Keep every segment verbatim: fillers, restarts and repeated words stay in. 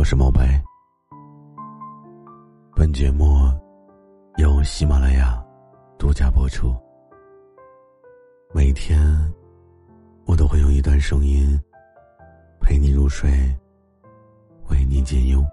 我是毛白。本节目由喜马拉雅独家播出。每天我都会用一段声音陪你入睡，为你解忧。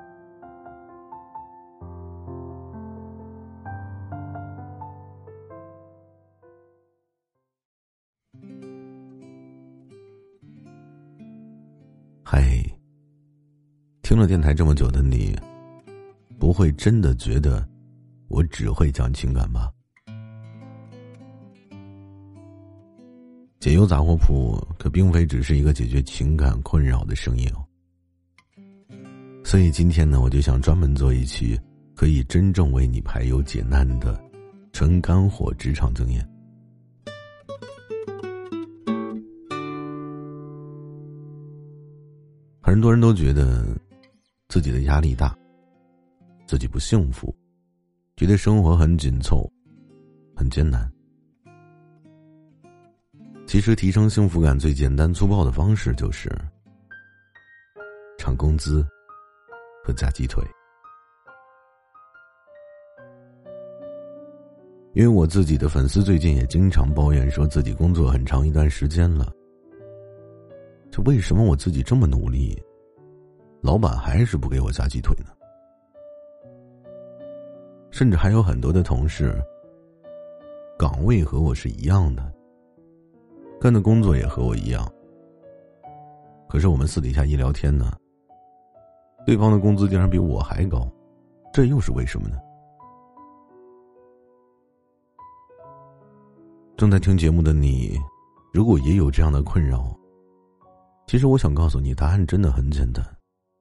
嗨，听了电台这么久的你，不会真的觉得我只会讲情感吧？解忧杂货铺可并非只是一个解决情感困扰的声音哦。所以今天呢，我就想专门做一期可以真正为你排忧解难的纯干货职场经验。很多人都觉得自己的压力大，自己不幸福，觉得生活很紧凑，很艰难。其实提升幸福感最简单粗暴的方式就是涨工资和加鸡腿。因为我自己的粉丝最近也经常抱怨说自己工作很长一段时间了，这为什么我自己这么努力，老板还是不给我加鸡腿呢？甚至还有很多的同事岗位和我是一样的，干的工作也和我一样，可是我们私底下一聊天呢，对方的工资竟然比我还高，这又是为什么呢？正在听节目的你，如果也有这样的困扰，其实我想告诉你，答案真的很简单。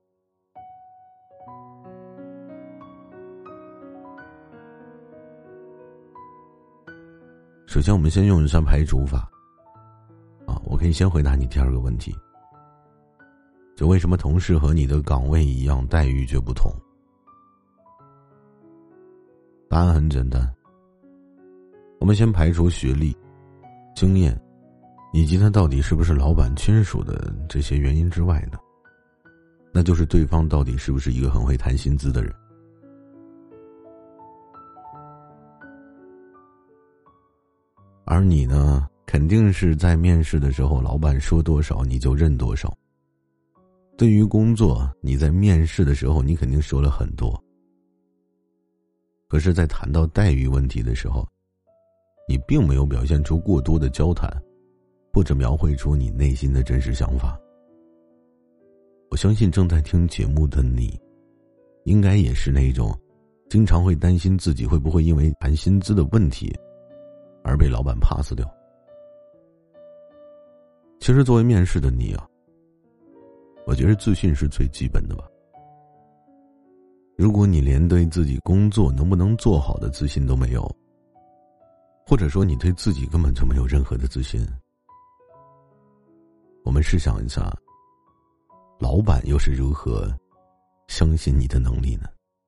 首先我们先用一下排除法啊，我可以先回答你第二个问题，就为什么同事和你的岗位一样，待遇却不同？答案很简单，我们先排除学历、经验以及他到底是不是老板亲属的这些原因之外呢，那就是对方到底是不是一个很会谈薪资的人。而你呢，肯定是在面试的时候老板说多少你就认多少。对于工作，你在面试的时候你肯定说了很多，可是在谈到待遇问题的时候，你并没有表现出过多的交谈，或者描绘出你内心的真实想法。我相信正在听节目的你，应该也是那种经常会担心自己会不会因为谈薪资的问题而被老板 pass 掉。其实作为面试的你啊，我觉得自信是最基本的吧。如果你连对自己工作能不能做好的自信都没有，或者说你对自己根本就没有任何的自信，我们试想一下，老板又是如何相信你的能力呢？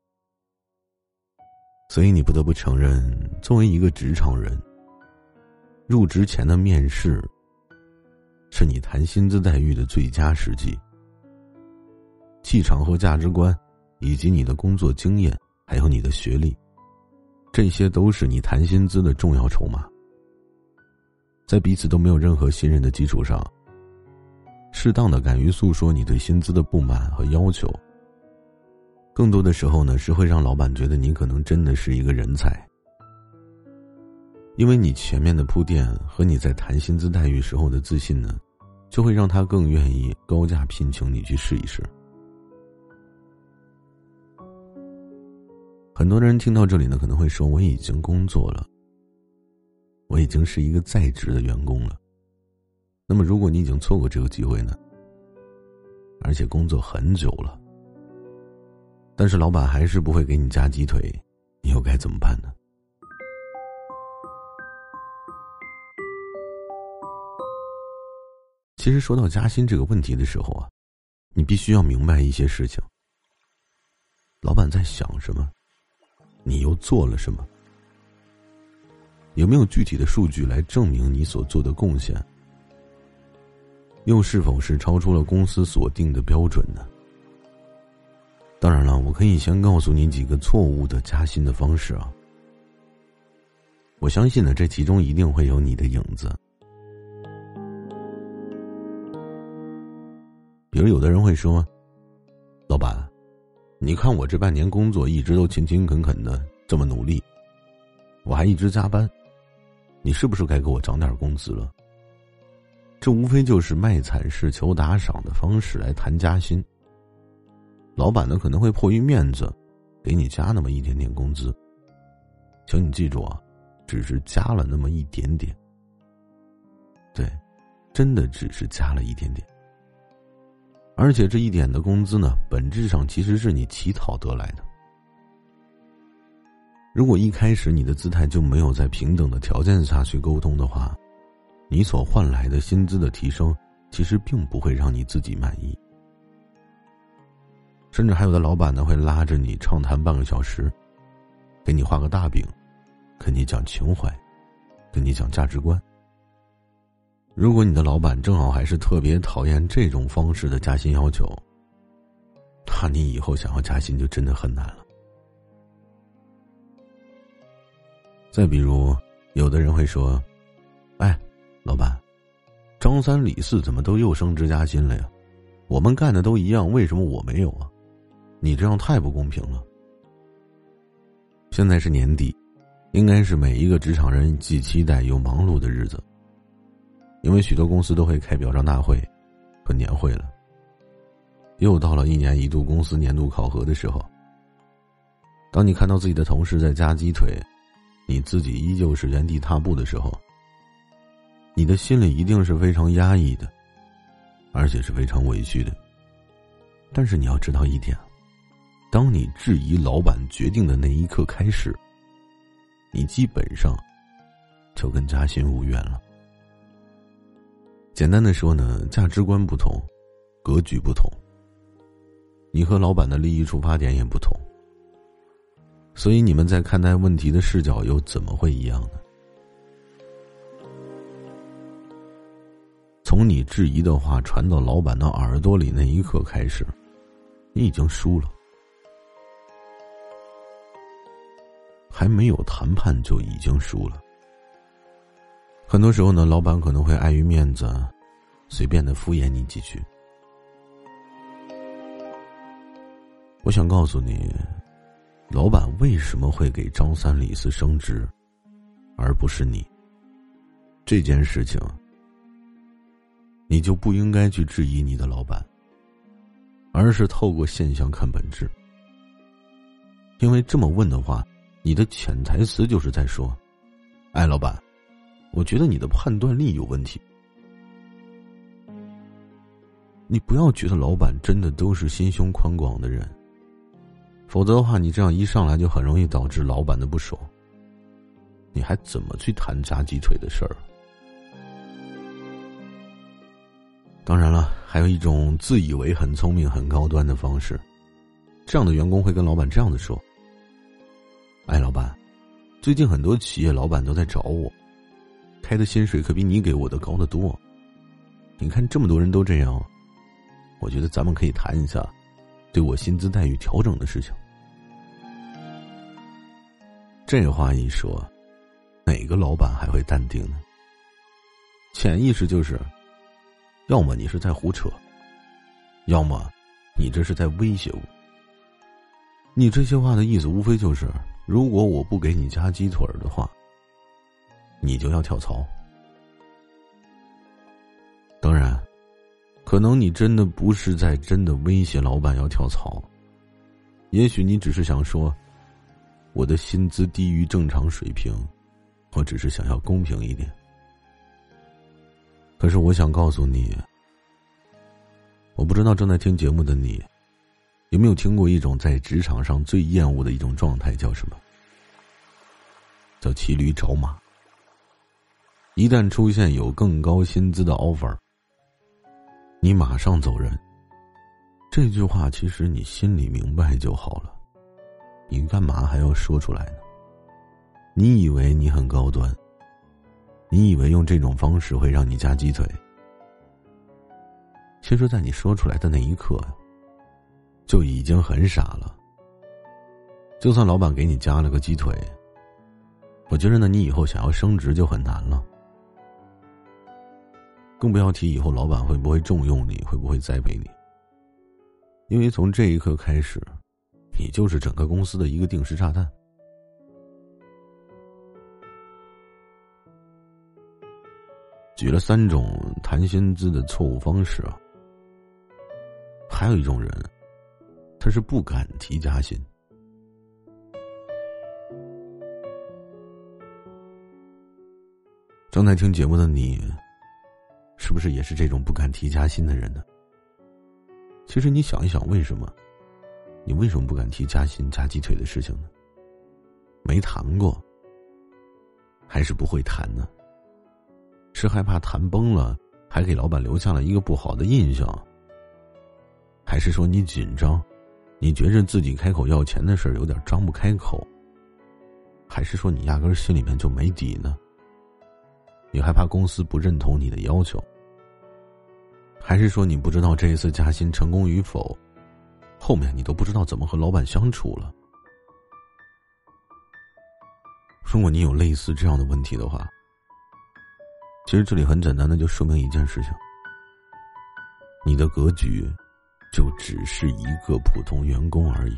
所以你不得不承认，作为一个职场人，入职前的面试是你谈薪资待遇的最佳时机。气场和价值观，以及你的工作经验，还有你的学历，这些都是你谈薪资的重要筹码。在彼此都没有任何信任的基础上，适当的敢于诉说你对薪资的不满和要求，更多的时候呢，是会让老板觉得你可能真的是一个人才。因为你前面的铺垫和你在谈薪资待遇时候的自信呢，就会让他更愿意高价聘请你去试一试。很多人听到这里呢，可能会说，我已经工作了，我已经是一个在职的员工了。那么如果你已经错过这个机会呢，而且工作很久了，但是老板还是不会给你加鸡腿，你又该怎么办呢？其实说到加薪这个问题的时候啊，你必须要明白一些事情。老板在想什么？你又做了什么？有没有具体的数据来证明你所做的贡献？又是否是超出了公司所定的标准呢？ 当然了，我可以先告诉你几个错误的加薪的方式啊。我相信呢，这其中一定会有你的影子。比如有的人会说，老板，你看我这半年工作一直都勤勤恳恳的这么努力，我还一直加班，你是不是该给我涨点工资了？这无非就是卖惨式求打赏的方式来谈加薪。老板呢可能会迫于面子给你加那么一点点工资，请你记住啊，只是加了那么一点点。对，真的只是加了一点点。而且这一点的工资呢，本质上其实是你乞讨得来的。如果一开始你的姿态就没有在平等的条件下去沟通的话，你所换来的薪资的提升其实并不会让你自己满意。甚至还有的老板呢会拉着你畅谈半个小时，给你画个大饼，跟你讲情怀，跟你讲价值观。如果你的老板正好还是特别讨厌这种方式的加薪要求，那你以后想要加薪就真的很难了。再比如，有的人会说，哎，老板，张三李四怎么都又升职加薪了呀？我们干的都一样，为什么我没有啊？你这样太不公平了。现在是年底，应该是每一个职场人既期待又忙碌的日子，因为许多公司都会开表彰大会和年会了。又到了一年一度公司年度考核的时候，当你看到自己的同事在夹鸡腿，你自己依旧是原地踏步的时候，你的心里一定是非常压抑的，而且是非常委屈的。但是你要知道一点，当你质疑老板决定的那一刻开始，你基本上就跟加薪无缘了。简单的说呢，价值观不同，格局不同，你和老板的利益出发点也不同，所以你们在看待问题的视角又怎么会一样呢？从你质疑的话传到老板的耳朵里那一刻开始，你已经输了。还没有谈判就已经输了。很多时候呢，老板可能会碍于面子，随便的敷衍你几句。我想告诉你，老板为什么会给张三李四升职，而不是你？这件事情，你就不应该去质疑你的老板，而是透过现象看本质。因为这么问的话，你的潜台词就是在说，哎，老板，我觉得你的判断力有问题。你不要觉得老板真的都是心胸宽广的人，否则的话，你这样一上来就很容易导致老板的不爽。你还怎么去谈炸鸡腿的事儿？当然了，还有一种自以为很聪明很高端的方式，这样的员工会跟老板这样子说，哎，老板，最近很多企业老板都在找我，开的薪水可比你给我的高得多。你看这么多人都这样，我觉得咱们可以谈一下对我薪资待遇调整的事情。这话一说，哪个老板还会淡定呢？潜意识就是，要么你是在胡扯，要么你这是在威胁我。你这些话的意思无非就是，如果我不给你加鸡腿的话，你就要跳槽。当然，可能你真的不是在真的威胁老板要跳槽，也许你只是想说，我的薪资低于正常水平，我只是想要公平一点。可是我想告诉你，我不知道正在听节目的你有没有听过一种在职场上最厌恶的一种状态，叫什么？叫骑驴找马。一旦出现有更高薪资的 offer， 你马上走人。这句话其实你心里明白就好了，你干嘛还要说出来呢？你以为你很高端，你以为用这种方式会让你加鸡腿，其实在你说出来的那一刻， 就已经很傻了。就算老板给你加了个鸡腿，我觉得呢，你以后想要升职就很难了。更不要提以后老板会不会重用你，会不会栽培你。因为从这一刻开始，你就是整个公司的一个定时炸弹。举了三种谈薪资的错误方式啊，还有一种人，他是不敢提加薪。正在听节目的你，是不是也是这种不敢提加薪的人呢？其实你想一想，为什么？你为什么不敢提加薪加鸡腿的事情呢？没谈过，还是不会谈呢？是害怕谈崩了，还给老板留下了一个不好的印象？还是说你紧张，你觉着自己开口要钱的事儿有点张不开口？还是说你压根心里面就没底呢？你害怕公司不认同你的要求？还是说你不知道这一次加薪成功与否，后面你都不知道怎么和老板相处了？如果你有类似这样的问题的话，其实这里很简单的就说明一件事情，你的格局就只是一个普通员工而已，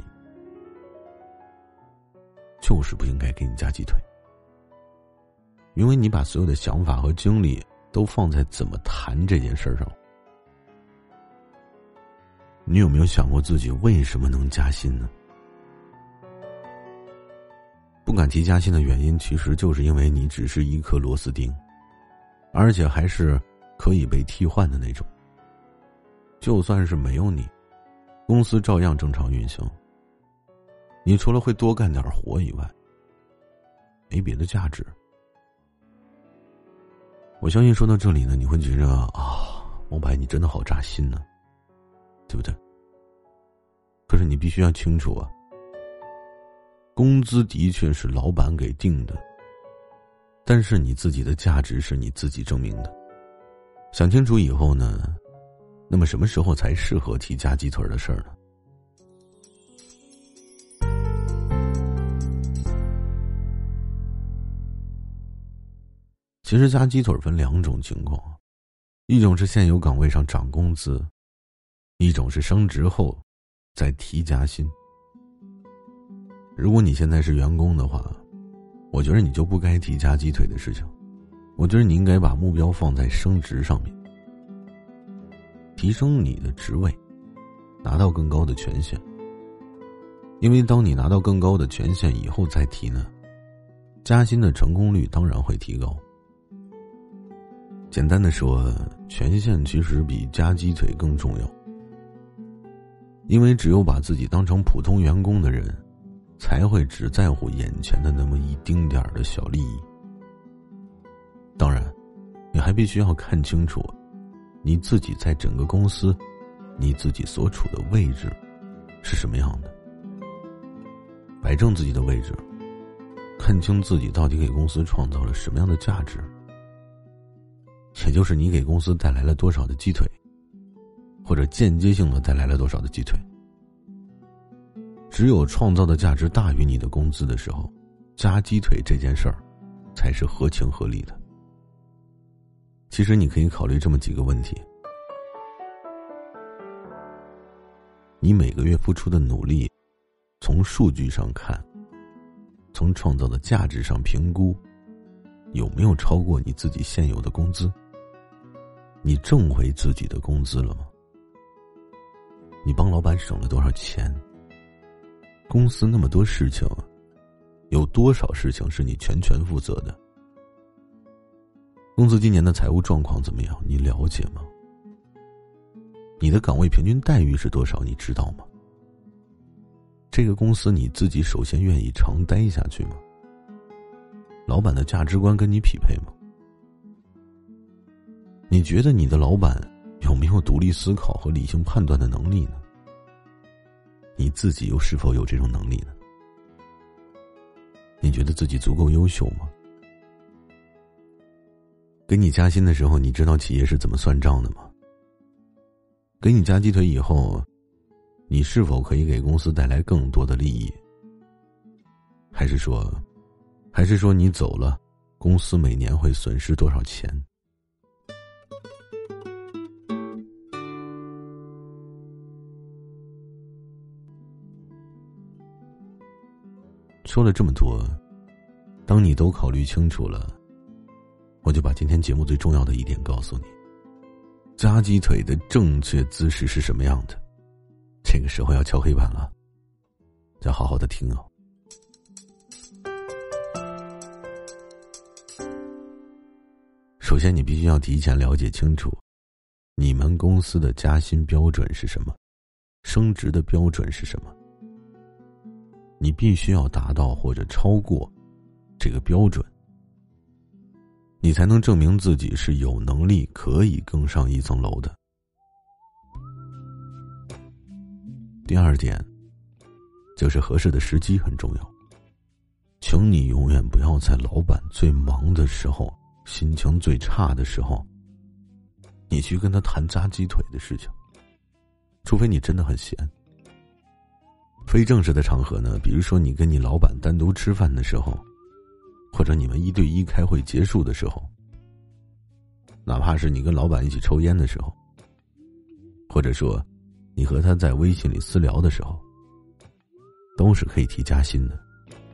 就是不应该给你加鸡腿。因为你把所有的想法和精力都放在怎么谈这件事上。你有没有想过自己为什么能加薪呢？不敢提加薪的原因，其实就是因为你只是一颗螺丝钉，而且还是可以被替换的那种。就算是没有你，公司照样正常运行。你除了会多干点活以外，没别的价值。我相信说到这里呢，你会觉着啊，某白你真的好扎心呢，对不对？可是你必须要清楚啊，工资的确是老板给定的，但是你自己的价值是你自己证明的。想清楚以后呢，那么什么时候才适合提加鸡腿的事儿呢？其实加鸡腿分两种情况，一种是现有岗位上涨工资，一种是升职后再提加薪。如果你现在是员工的话，我觉得你就不该提加鸡腿的事情，我觉得你应该把目标放在升职上面，提升你的职位，拿到更高的权限。因为当你拿到更高的权限以后再提呢，加薪的成功率当然会提高。简单的说，权限其实比加鸡腿更重要。因为只有把自己当成普通员工的人，才会只在乎眼前的那么一丁点儿的小利益。当然，你还必须要看清楚，你自己在整个公司，你自己所处的位置是什么样的。摆正自己的位置，看清自己到底给公司创造了什么样的价值。也就是你给公司带来了多少的鸡腿，或者间接性的带来了多少的鸡腿。只有创造的价值大于你的工资的时候，加鸡腿这件事儿才是合情合理的。其实你可以考虑这么几个问题：你每个月付出的努力，从数据上看，从创造的价值上评估，有没有超过你自己现有的工资？你挣回自己的工资了吗？你帮老板省了多少钱？公司那么多事情，有多少事情是你全权负责的？公司今年的财务状况怎么样？你了解吗？你的岗位平均待遇是多少？你知道吗？这个公司你自己首先愿意长待下去吗？老板的价值观跟你匹配吗？你觉得你的老板有没有独立思考和理性判断的能力呢？你自己又是否有这种能力呢？你觉得自己足够优秀吗？给你加薪的时候，你知道企业是怎么算账的吗？给你加鸡腿以后， 你是否可以给公司带来更多的利益？还是说，还是说你走了，公司每年会损失多少钱？说了这么多，当你都考虑清楚了，我就把今天节目最重要的一点告诉你：夹鸡腿的正确姿势是什么样的？这个时候要敲黑板了，要好好的听哦。首先，你必须要提前了解清楚，你们公司的加薪标准是什么，升职的标准是什么。你必须要达到或者超过这个标准，你才能证明自己是有能力可以更上一层楼的。第二点，就是合适的时机很重要。请你永远不要在老板最忙的时候，心情最差的时候，你去跟他谈夹鸡腿的事情，除非你真的很闲。非正式的场合呢，比如说你跟你老板单独吃饭的时候，或者你们一对一开会结束的时候，哪怕是你跟老板一起抽烟的时候，或者说你和他在微信里私聊的时候，都是可以提加薪的。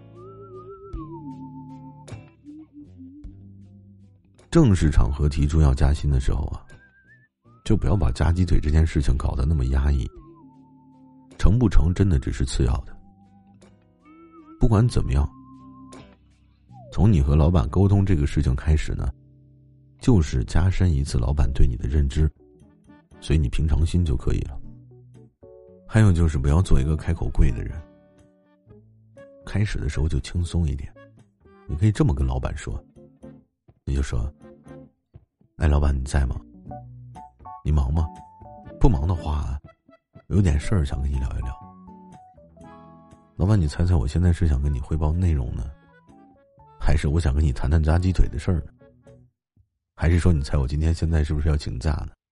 正式场合提出要加薪的时候啊，就不要把夹鸡腿这件事情搞得那么压抑。成不成真的只是次要的。不管怎么样，从你和老板沟通这个事情开始呢，就是加深一次老板对你的认知，所以你平常心就可以了。还有就是不要做一个开口跪的人，开始的时候就轻松一点。你可以这么跟老板说，你就说：哎，老板你在吗？你忙吗？不忙的话，有点事儿想跟你聊一聊。老板，你猜猜我现在是想跟你汇报内容呢，还是我想跟你谈谈夹鸡腿的事儿呢？还是说你猜我今天现在是不是要请假呢？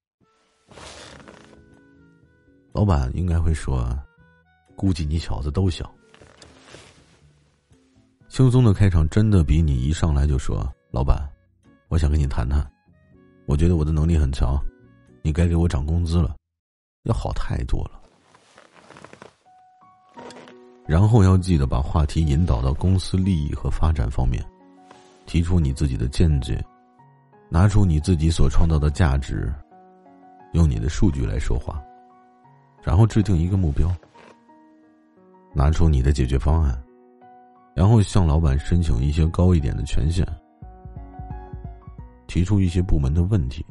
老板应该会说，估计你小子都小。轻松的开场真的比你一上来就说，老板，我想跟你谈谈，我觉得我的能力很强，你该给我涨工资了，要好太多了。然后要记得把话题引导到公司利益和发展方面，提出你自己的见解，拿出你自己所创造的价值，用你的数据来说话，然后制定一个目标，拿出你的解决方案，然后向老板申请一些高一点的权限，提出一些部门的问题。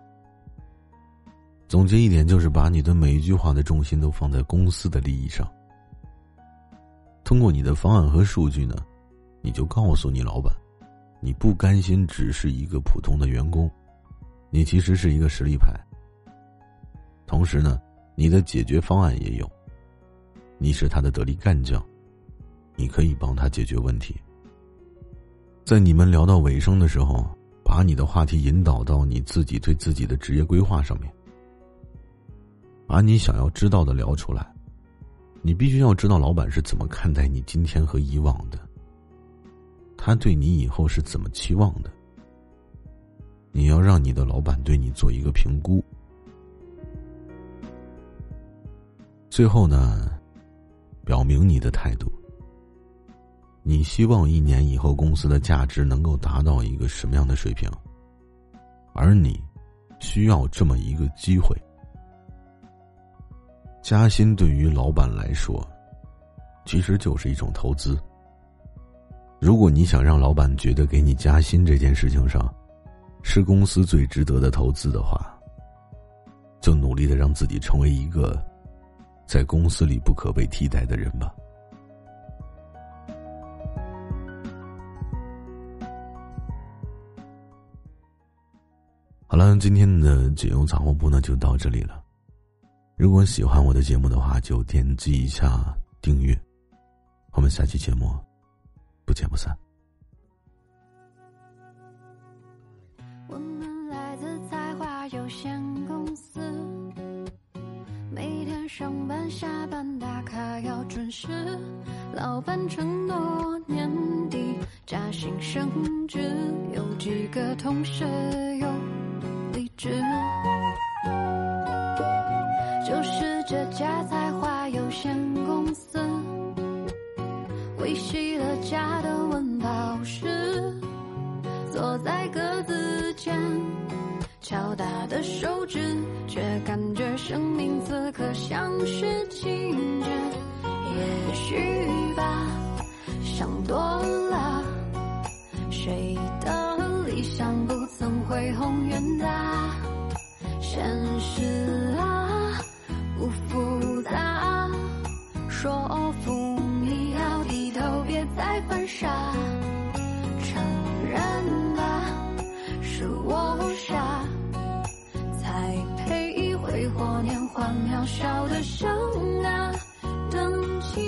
总结一点，就是把你的每一句话的重心都放在公司的利益上。通过你的方案和数据呢，你就告诉你老板，你不甘心只是一个普通的员工，你其实是一个实力派。同时呢，你的解决方案也有，你是他的得力干将，你可以帮他解决问题。在你们聊到尾声的时候，把你的话题引导到你自己对自己的职业规划上面，把你想要知道的聊出来。你必须要知道老板是怎么看待你今天和以往的，他对你以后是怎么期望的。你要让你的老板对你做一个评估。最后呢，表明你的态度。你希望一年以后公司的价值能够达到一个什么样的水平，而你需要这么一个机会。加薪对于老板来说，其实就是一种投资。如果你想让老板觉得给你加薪这件事情上是公司最值得的投资的话，就努力的让自己成为一个在公司里不可被替代的人吧。好了，今天的解忧杂货铺呢就到这里了。如果喜欢我的节目的话，就点击一下订阅。我们下期节目不见不散。 我们来自才华有限公司，每天上班下班老板承诺年底加薪升职，有几个同事有离职，就是这家才华有限公司维系了家的温饱时，坐在格子间敲打的手指，却感觉生命此刻像是静止。也许吧，想多了，谁的理想不曾恢宏远大？现实啊，不复杂，说服你要低头，别再犯傻。承认吧，是我傻，才配挥霍年华渺小的生啊。等起